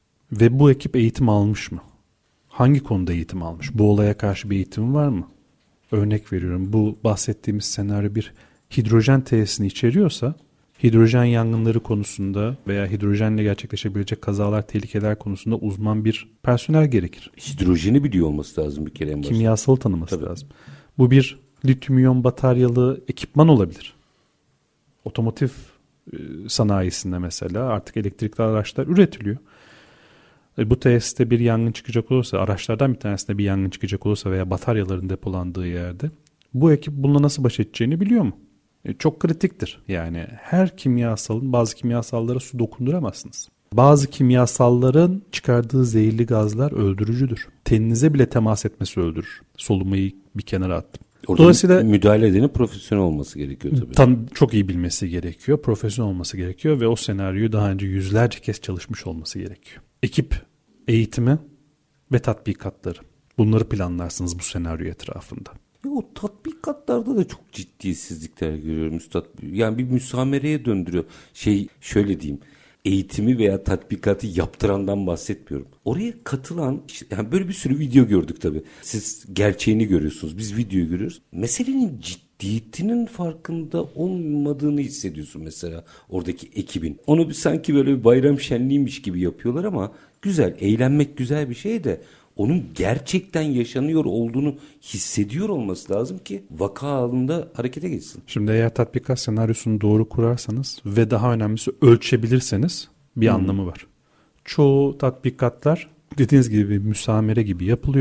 Ve bu ekip eğitim almış mı? Hangi konuda eğitim almış? Bu olaya karşı bir eğitim var mı? Örnek veriyorum, bu bahsettiğimiz senaryo bir hidrojen tesisini içeriyorsa hidrojen yangınları konusunda veya hidrojenle gerçekleşebilecek kazalar, tehlikeler konusunda uzman bir personel gerekir. Hidrojeni biliyor olması lazım bir kere en başta. Kimyasal tanıması lazım. Bu bir lityum iyon bataryalı ekipman olabilir. Otomotiv sanayisinde mesela artık elektrikli araçlar üretiliyor. Bu tesiste bir yangın çıkacak olursa, araçlardan bir tanesinde bir yangın çıkacak olursa veya bataryaların depolandığı yerde bu ekip bununla nasıl baş edeceğini biliyor mu? Çok kritiktir. Yani her kimyasalın, bazı kimyasallara su dokunduramazsınız. Bazı kimyasalların çıkardığı zehirli gazlar öldürücüdür. Teninize bile temas etmesi öldürür. Solumayı bir kenara attım. Dolayısıyla müdahale edenin profesyonel olması gerekiyor tabii. Çok iyi bilmesi gerekiyor, profesyonel olması gerekiyor ve o senaryoyu daha önce yüzlerce kez çalışmış olması gerekiyor. Ekip eğitimi ve tatbikatları. Bunları planlarsınız bu senaryo etrafında. O tatbikatlarda da çok ciddiyetsizlikler görüyorum üstad. Yani bir müsamereye döndürüyor. Şöyle diyeyim. Eğitimi veya tatbikatı yaptırandan bahsetmiyorum. Oraya katılan, yani böyle bir sürü video gördük tabii. Siz gerçeğini görüyorsunuz. Biz videoyu görüyoruz. Meselenin ciddiyetinin farkında olmadığını hissediyorsun mesela oradaki ekibin. Onu sanki böyle bir bayram şenliğiymiş gibi yapıyorlar ama güzel. Eğlenmek güzel bir şey de onun gerçekten yaşanıyor olduğunu hissediyor olması lazım ki vaka halinde harekete geçsin. Şimdi eğer tatbikat senaryosunu doğru kurarsanız ve daha önemlisi ölçebilirseniz bir anlamı var. Çoğu tatbikatlar dediğiniz gibi bir müsamere gibi yapılıyor.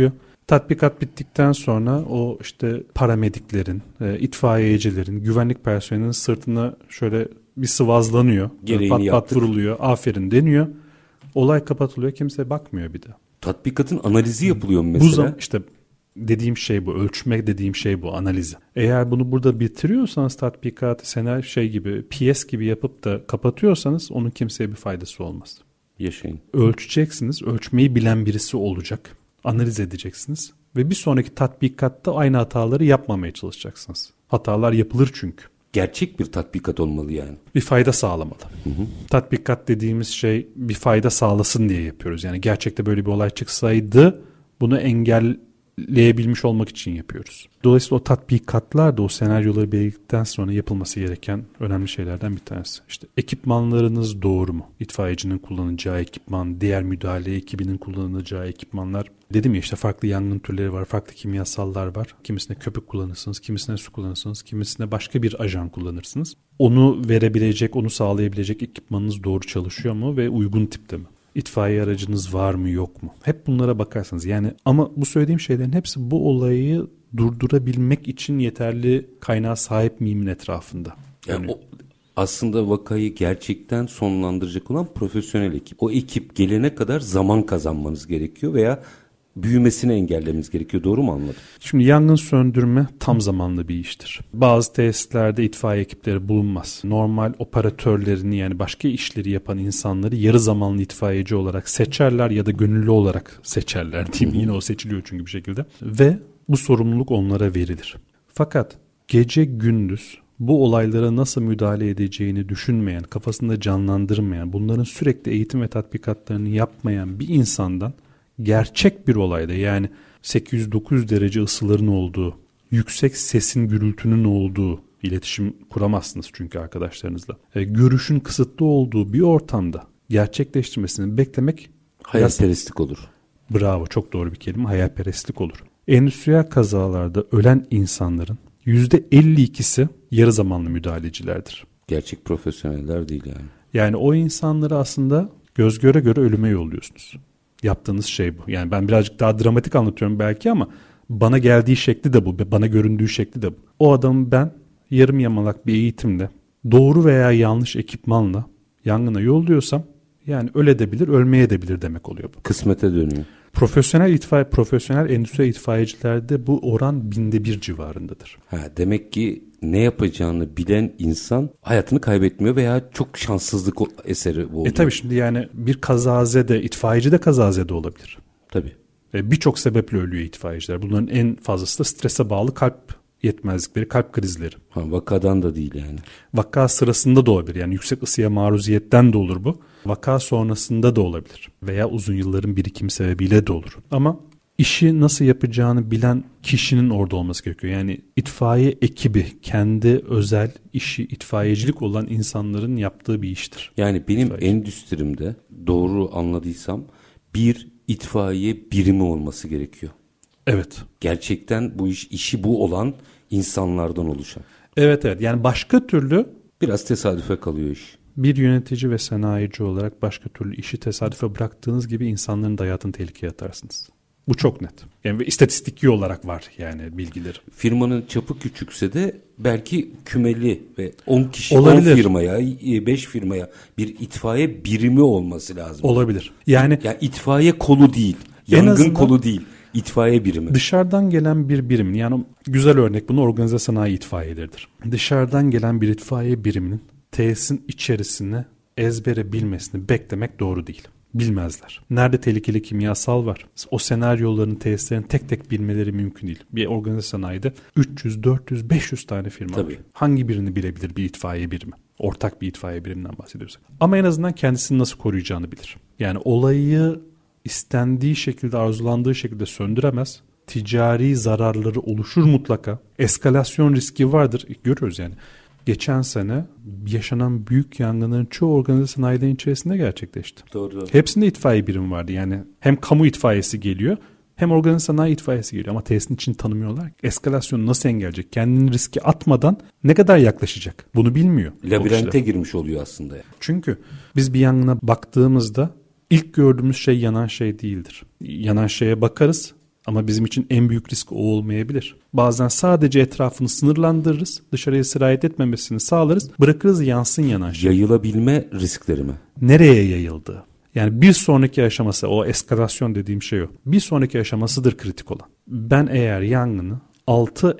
Tatbikat bittikten sonra o işte paramediklerin, itfaiyecilerin, güvenlik personelinin sırtına şöyle bir sıvazlanıyor. Gereğini pat vuruluyor. Aferin deniyor. Olay kapatılıyor. Kimse bakmıyor bir de. Tatbikatın analizi yapılıyor mu mesela? İşte dediğim şey bu. Ölçmek dediğim şey bu. Analizi. Eğer bunu burada bitiriyorsanız tatbikatı senaryo gibi piyes gibi yapıp da kapatıyorsanız onun kimseye bir faydası olmaz. Yaşayın. Ölçeceksiniz. Ölçmeyi bilen birisi olacak. Analiz edeceksiniz. Ve bir sonraki tatbikatta aynı hataları yapmamaya çalışacaksınız. Hatalar yapılır çünkü. Gerçek bir tatbikat olmalı yani. Bir fayda sağlamalı. Tatbikat dediğimiz şey bir fayda sağlasın diye yapıyoruz. Yani gerçekte böyle bir olay çıksaydı bunu engelleyebilmiş olmak için yapıyoruz. Dolayısıyla o tatbikatlar da o senaryoları belirledikten sonra yapılması gereken önemli şeylerden bir tanesi. İşte ekipmanlarınız doğru mu? İtfaiyecinin kullanacağı ekipman, diğer müdahale ekibinin kullanacağı ekipmanlar. Dedim ya işte farklı yangın türleri var, farklı kimyasallar var. Kimisine köpük kullanırsınız, kimisine su kullanırsınız, kimisine başka bir ajan kullanırsınız. Onu verebilecek, onu sağlayabilecek ekipmanınız doğru çalışıyor mu ve uygun tipte mi? İtfaiye aracınız var mı yok mu? Hep bunlara bakarsanız yani ama bu söylediğim şeylerin hepsi bu olayı durdurabilmek için yeterli kaynağa sahip miyimin etrafında. Yani o aslında vakayı gerçekten sonlandıracak olan profesyonel ekip. O ekip gelene kadar zaman kazanmanız gerekiyor veya büyümesini engellememiz gerekiyor. Doğru mu anladım? Şimdi yangın söndürme tam zamanlı bir iştir. Bazı tesislerde itfaiye ekipleri bulunmaz. Normal operatörlerini yani başka işleri yapan insanları yarı zamanlı itfaiyeci olarak seçerler ya da gönüllü olarak seçerler diyeyim. Yine o seçiliyor çünkü bir şekilde. Ve bu sorumluluk onlara verilir. Fakat gece gündüz bu olaylara nasıl müdahale edeceğini düşünmeyen, kafasında canlandırmayan, bunların sürekli eğitim ve tatbikatlarını yapmayan bir insandan gerçek bir olayda yani 800-900 derece ısıların olduğu, yüksek sesin gürültünün olduğu, iletişim kuramazsınız çünkü arkadaşlarınızla. Görüşün kısıtlı olduğu bir ortamda gerçekleştirmesini beklemek hayalperestlik olur. Bravo, çok doğru bir kelime, hayalperestlik olur. Endüstriyel kazalarda ölen insanların %52'si yarı zamanlı müdahalecilerdir. Gerçek profesyoneller değil yani. Yani o insanları aslında göz göre göre ölüme yolluyorsunuz. Yaptığınız şey bu. Yani ben birazcık daha dramatik anlatıyorum belki ama bana geldiği şekli de bu. Bana göründüğü şekli de bu. O adamı ben yarım yamalak bir eğitimle doğru veya yanlış ekipmanla yangına yolluyorsam yani ölebilir, ölmeye edebilir demek oluyor bu. Kısmete dönüyor. Profesyonel endüstri itfaiyecilerde bu oran 1/1000 civarındadır. Demek ki ne yapacağını bilen insan hayatını kaybetmiyor veya çok şanssızlık eseri oluyor. Tabii şimdi yani bir kazazede, itfaiyeci de kazazede olabilir. Tabii. Birçok sebeple ölüyor itfaiyeciler. Bunların en fazlası da strese bağlı kalp yetmezlikleri, kalp krizleri. Vakadan da değil yani. Vaka sırasında da olabilir. Yani yüksek ısıya maruziyetten de olur bu. Vaka sonrasında da olabilir. Veya uzun yılların birikimi sebebiyle de olur. Ama işi nasıl yapacağını bilen kişinin orada olması gerekiyor. Yani itfaiye ekibi kendi özel işi itfaiyecilik olan insanların yaptığı bir iştir. Yani benim endüstrimde doğru anladıysam bir itfaiye birimi olması gerekiyor. Evet. Gerçekten bu işi bu olan insanlardan oluşan. Evet. Yani başka türlü biraz tesadüfe kalıyor iş. Bir yönetici ve sanayici olarak başka türlü işi tesadüfe bıraktığınız gibi insanların da hayatını tehlikeye atarsınız. Bu çok net. Yani ve istatistiki olarak var yani bilgileri. Firmanın çapı küçükse de belki kümeli ve 10 kişi, olabilir. 10 firmaya, 5 firmaya bir itfaiye birimi olması lazım. Olabilir. Yani itfaiye kolu değil, yangın kolu değil. İtfaiye birimi. Dışarıdan gelen bir birimin yani güzel örnek bunu organize sanayi itfaiyeleridir. Dışarıdan gelen bir itfaiye biriminin tesisin içerisine ezbere bilmesini beklemek doğru değil. Bilmezler. Nerede tehlikeli kimyasal var? O senaryoların, tesislerin tek tek bilmeleri mümkün değil. Bir organize sanayide 300, 400, 500 tane firma var. Hangi birini bilebilir bir itfaiye birimi? Ortak bir itfaiye biriminden bahsediyorsak. Ama en azından kendisini nasıl koruyacağını bilir. Yani olayı istendiği şekilde, arzulandığı şekilde söndüremez. Ticari zararları oluşur mutlaka. Eskalasyon riski vardır. Görüyoruz yani. Geçen sene yaşanan büyük yangınların çoğu organize sanayilerin içerisinde gerçekleşti. Doğru. Hepsinde itfaiye birimi vardı. Yani hem kamu itfaiyesi geliyor hem organize sanayi itfaiyesi geliyor. Ama tesisin içini tanımıyorlar. Eskalasyonu nasıl engelleyecek? Kendini riske atmadan ne kadar yaklaşacak? Bunu bilmiyor. Labirente girmiş oluyor aslında. Çünkü biz bir yangına baktığımızda İlk gördüğümüz şey yanan şey değildir. Yanan şeye bakarız. Ama bizim için en büyük risk o olmayabilir. Bazen sadece etrafını sınırlandırırız, dışarıya sirayet etmemesini sağlarız, bırakırız yansın yanan şey. Yayılabilme riskleri mi? Nereye yayıldığı? Yani bir sonraki aşaması, o eskalasyon dediğim şey o. Bir sonraki aşamasıdır kritik olan. Ben eğer yangını 6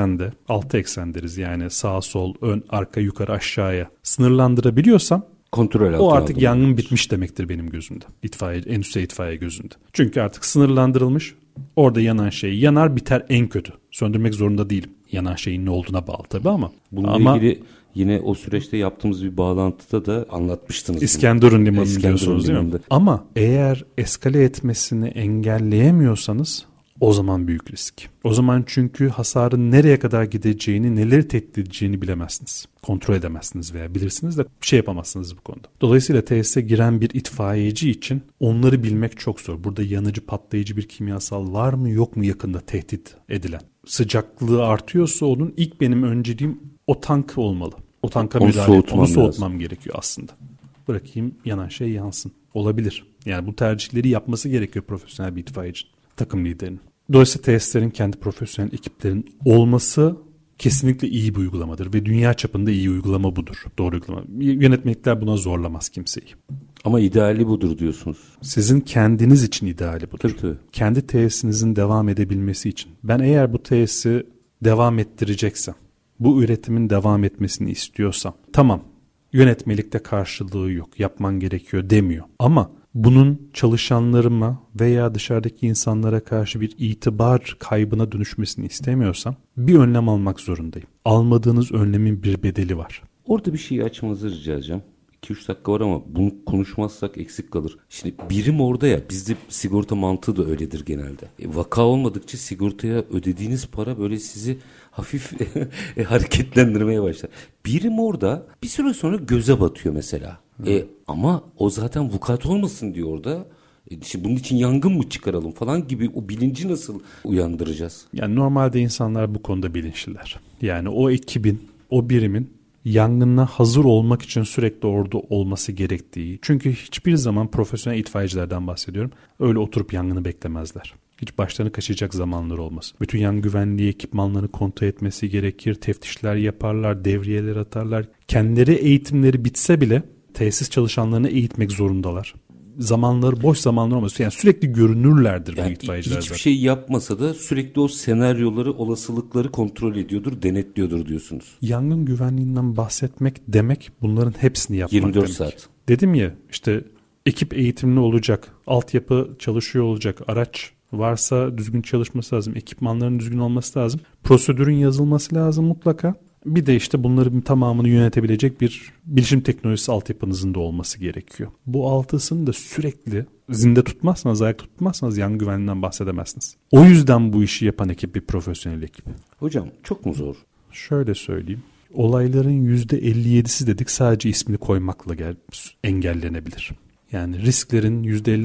eksen deriz yani sağ sol, ön, arka, yukarı, aşağıya sınırlandırabiliyorsam Kontrol o artık yangın bitmiş demektir benim gözümde. Endüstri itfaiye gözünde. Çünkü artık sınırlandırılmış. Orada yanan şey yanar biter en kötü. Söndürmek zorunda değilim. Yanan şeyin ne olduğuna bağlı tabii ama. Bununla ilgili yine o süreçte yaptığımız bir bağlantıda da anlatmıştınız. İskenderun Limanı diyorsunuz değil mi? Ama eğer eskale etmesini engelleyemiyorsanız o zaman büyük risk. O zaman çünkü hasarın nereye kadar gideceğini, neleri tehdit edeceğini bilemezsiniz. Kontrol edemezsiniz veya bilirsiniz de bir şey yapamazsınız bu konuda. Dolayısıyla tesise giren bir itfaiyeci için onları bilmek çok zor. Burada yanıcı, patlayıcı bir kimyasal var mı yok mu yakında tehdit edilen? Sıcaklığı artıyorsa onun ilk benim önceliğim o tank olmalı. O tanka müdahale etmem. Onu soğutmam gerekiyor aslında. Bırakayım yanan şey yansın. Olabilir. Yani bu tercihleri yapması gerekiyor profesyonel bir itfaiyecinin, takım liderinin. Dolayısıyla tesislerin kendi profesyonel ekiplerin olması kesinlikle iyi bir uygulamadır ve dünya çapında iyi uygulama budur. Doğru uygulama. Yönetmelikler buna zorlamaz kimseyi. Ama ideali budur diyorsunuz. Sizin kendiniz için ideali budur. Tabii. Kendi tesisinizin devam edebilmesi için. Ben eğer bu tesisi devam ettireceksem, bu üretimin devam etmesini istiyorsam, tamam yönetmelikte karşılığı yok, yapman gerekiyor demiyor. Ama bunun çalışanlarıma veya dışarıdaki insanlara karşı bir itibar kaybına dönüşmesini istemiyorsam bir önlem almak zorundayım. Almadığınız önlemin bir bedeli var. Orada bir şeyi açmanızı rica edeceğim. 2-3 dakika var ama bunu konuşmazsak eksik kalır. Şimdi birim orada ya, bizde sigorta mantığı da öyledir genelde. Vaka olmadıkça sigortaya ödediğiniz para böyle sizi hafif hareketlendirmeye başlar. Birim orada bir süre sonra göze batıyor mesela. Ama o zaten vukuat olmasın diyor orada. Şimdi bunun için yangın mı çıkaralım falan gibi o bilinci nasıl uyandıracağız? Yani normalde insanlar bu konuda bilinçliler. Yani o ekibin, o birimin yangına hazır olmak için sürekli orada olması gerektiği. Çünkü hiçbir zaman profesyonel itfaiyecilerden bahsediyorum. Öyle oturup yangını beklemezler. Hiç başlarını kaçacak zamanları olmaz. Bütün yangın güvenliği ekipmanlarını kontrol etmesi gerekir. Teftişler yaparlar, devriyeler atarlar. Kendileri eğitimleri bitse bile tesis çalışanlarını eğitmek zorundalar. Zamanları, boş zamanları olmaz. Yani sürekli görünürlerdir bu itfaiyeciler. Hiçbir şey yapmasa da sürekli o senaryoları, olasılıkları kontrol ediyordur, denetliyordur diyorsunuz. Yangın güvenliğinden bahsetmek demek bunların hepsini yapmak 24 demek. saat. Dedim ya işte ekip eğitimli olacak, altyapı çalışıyor olacak, araç varsa düzgün çalışması lazım, ekipmanların düzgün olması lazım, prosedürün yazılması lazım mutlaka. Bir de işte bunların tamamını yönetebilecek bir bilişim teknolojisi altyapınızın da olması gerekiyor. Bu altısını da sürekli zinde tutmazsanız, ayakta tutmazsanız yangın güvenliğinden bahsedemezsiniz. O yüzden bu işi yapan ekip bir profesyonel ekip. Hocam çok mu zor? Şöyle söyleyeyim. Olayların %57'si dedik sadece ismini koymakla engellenebilir. Yani risklerin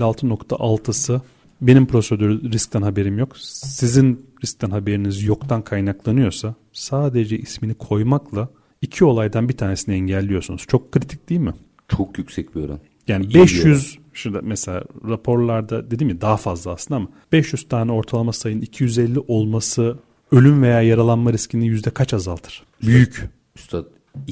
%56.6'sı benim prosedür riskten haberim yok. Sizin riskten haberiniz yoktan kaynaklanıyorsa sadece ismini koymakla 2 olaydan bir tanesini engelliyorsunuz. Çok kritik değil mi? Çok yüksek bir oran. Yani İyi 500 şurada mesela raporlarda dedim ya daha fazla aslında ama 500 tane ortalama sayının 250 olması ölüm veya yaralanma riskini yüzde kaç azaltır? Büyük. Üstad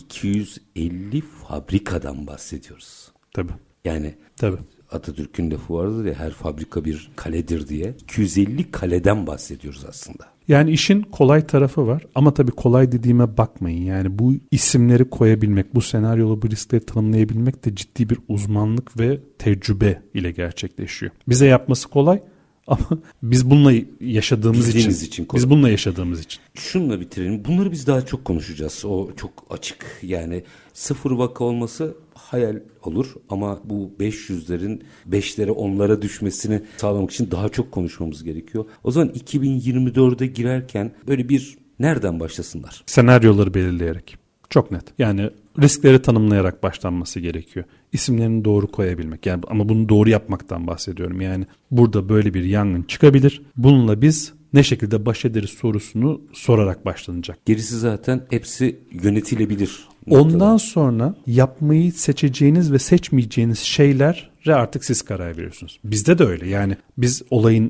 250 fabrikadan bahsediyoruz. Tabii. Yani tabii. Atatürk'ün lafı vardır ya, her fabrika bir kaledir diye. 250 kaleden bahsediyoruz aslında. Yani işin kolay tarafı var ama tabii kolay dediğime bakmayın. Yani bu isimleri koyabilmek, bu senaryolu, bu riskleri tanımlayabilmek de ciddi bir uzmanlık ve tecrübe ile gerçekleşiyor. Bize yapması kolay ama biz bununla yaşadığımız için. Biz bununla yaşadığımız için. Şununla bitirelim. Bunları biz daha çok konuşacağız. O çok açık. Yani 0 vaka olması hayal olur ama bu 500'lerin 5'lere 10'lara düşmesini sağlamak için daha çok konuşmamız gerekiyor. O zaman 2024'e girerken böyle bir nereden başlasınlar? Senaryoları belirleyerek. Çok net. Yani riskleri tanımlayarak başlanması gerekiyor. İsimlerini doğru koyabilmek. Yani ama bunu doğru yapmaktan bahsediyorum. Yani burada böyle bir yangın çıkabilir. Bununla biz ne şekilde baş ederiz sorusunu sorarak başlanacak. Gerisi zaten hepsi yönetilebilir. Ondan sonra yapmayı seçeceğiniz ve seçmeyeceğiniz şeylere artık siz karar veriyorsunuz. Bizde de öyle. Yani biz olayın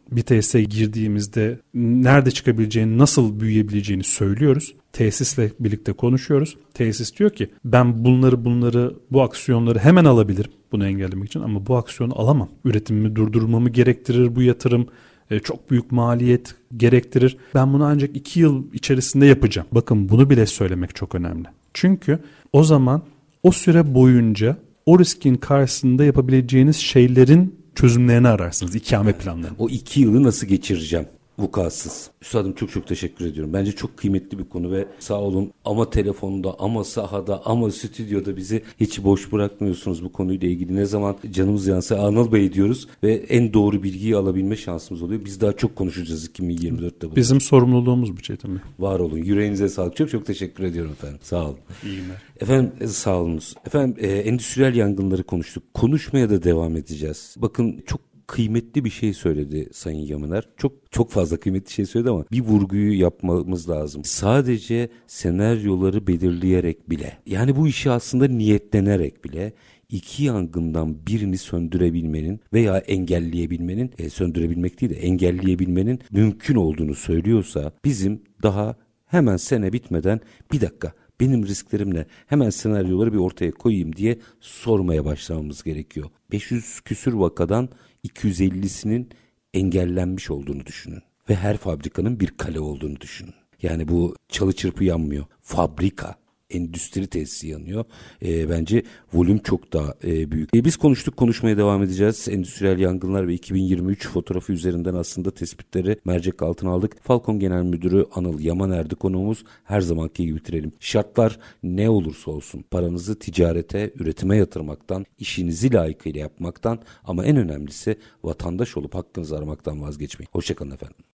bir tesise girdiğimizde nerede çıkabileceğini, nasıl büyüyebileceğini söylüyoruz. Tesisle birlikte konuşuyoruz. Tesis diyor ki ben bunları bu aksiyonları hemen alabilirim bunu engellemek için ama bu aksiyonu alamam. Üretimimi durdurmamı gerektirir bu yatırım. Çok büyük maliyet gerektirir. Ben bunu ancak 2 yıl içerisinde yapacağım. Bakın bunu bile söylemek çok önemli. Çünkü o zaman o süre boyunca o riskin karşısında yapabileceğiniz şeylerin çözümlerini ararsınız. İkame planlarını. O 2 yılı nasıl geçireceğim? Vukuatsız. Üstadım çok teşekkür ediyorum. Bence çok kıymetli bir konu ve sağ olun ama telefonda ama sahada ama stüdyoda bizi hiç boş bırakmıyorsunuz bu konuyla ilgili. Ne zaman canımız yansa Anıl Bey diyoruz ve en doğru bilgiyi alabilme şansımız oluyor. Biz daha çok konuşacağız 2024'te bunu. Bizim sorumluluğumuz bu Çetin Bey. Var olun. Yüreğinize sağlık. Çok teşekkür ediyorum efendim. Sağ olun. İyi günler. Efendim sağ olunuz. Efendim endüstriyel yangınları konuştuk. Konuşmaya da devam edeceğiz. Bakın çok kıymetli bir şey söyledi Sayın Yaminer. Çok fazla kıymetli şey söyledi ama bir vurguyu yapmamız lazım. Sadece senaryoları belirleyerek bile, yani bu işi aslında niyetlenerek bile 2 yangından birini söndürebilmenin veya engelleyebilmenin, söndürebilmek değil de engelleyebilmenin mümkün olduğunu söylüyorsa bizim daha hemen sene bitmeden bir dakika benim risklerimle hemen senaryoları bir ortaya koyayım diye sormaya başlamamız gerekiyor. 500 küsür vakadan 250'sinin engellenmiş olduğunu düşünün. Ve her fabrikanın bir kale olduğunu düşünün. Yani bu çalı çırpı yanmıyor. Fabrika, endüstri tesisi yanıyor. Bence volüm çok daha büyük. Biz konuşmaya devam edeceğiz. Endüstriyel yangınlar ve 2023 fotoğrafı üzerinden aslında tespitleri mercek altına aldık. Falcon Genel Müdürü Anıl Yamaner'di konuğumuz. Her zamanki gibi bitirelim. Şartlar ne olursa olsun paranızı ticarete, üretime yatırmaktan, işinizi layıkıyla yapmaktan ama en önemlisi vatandaş olup hakkınızı aramaktan vazgeçmeyin. Hoşçakalın efendim.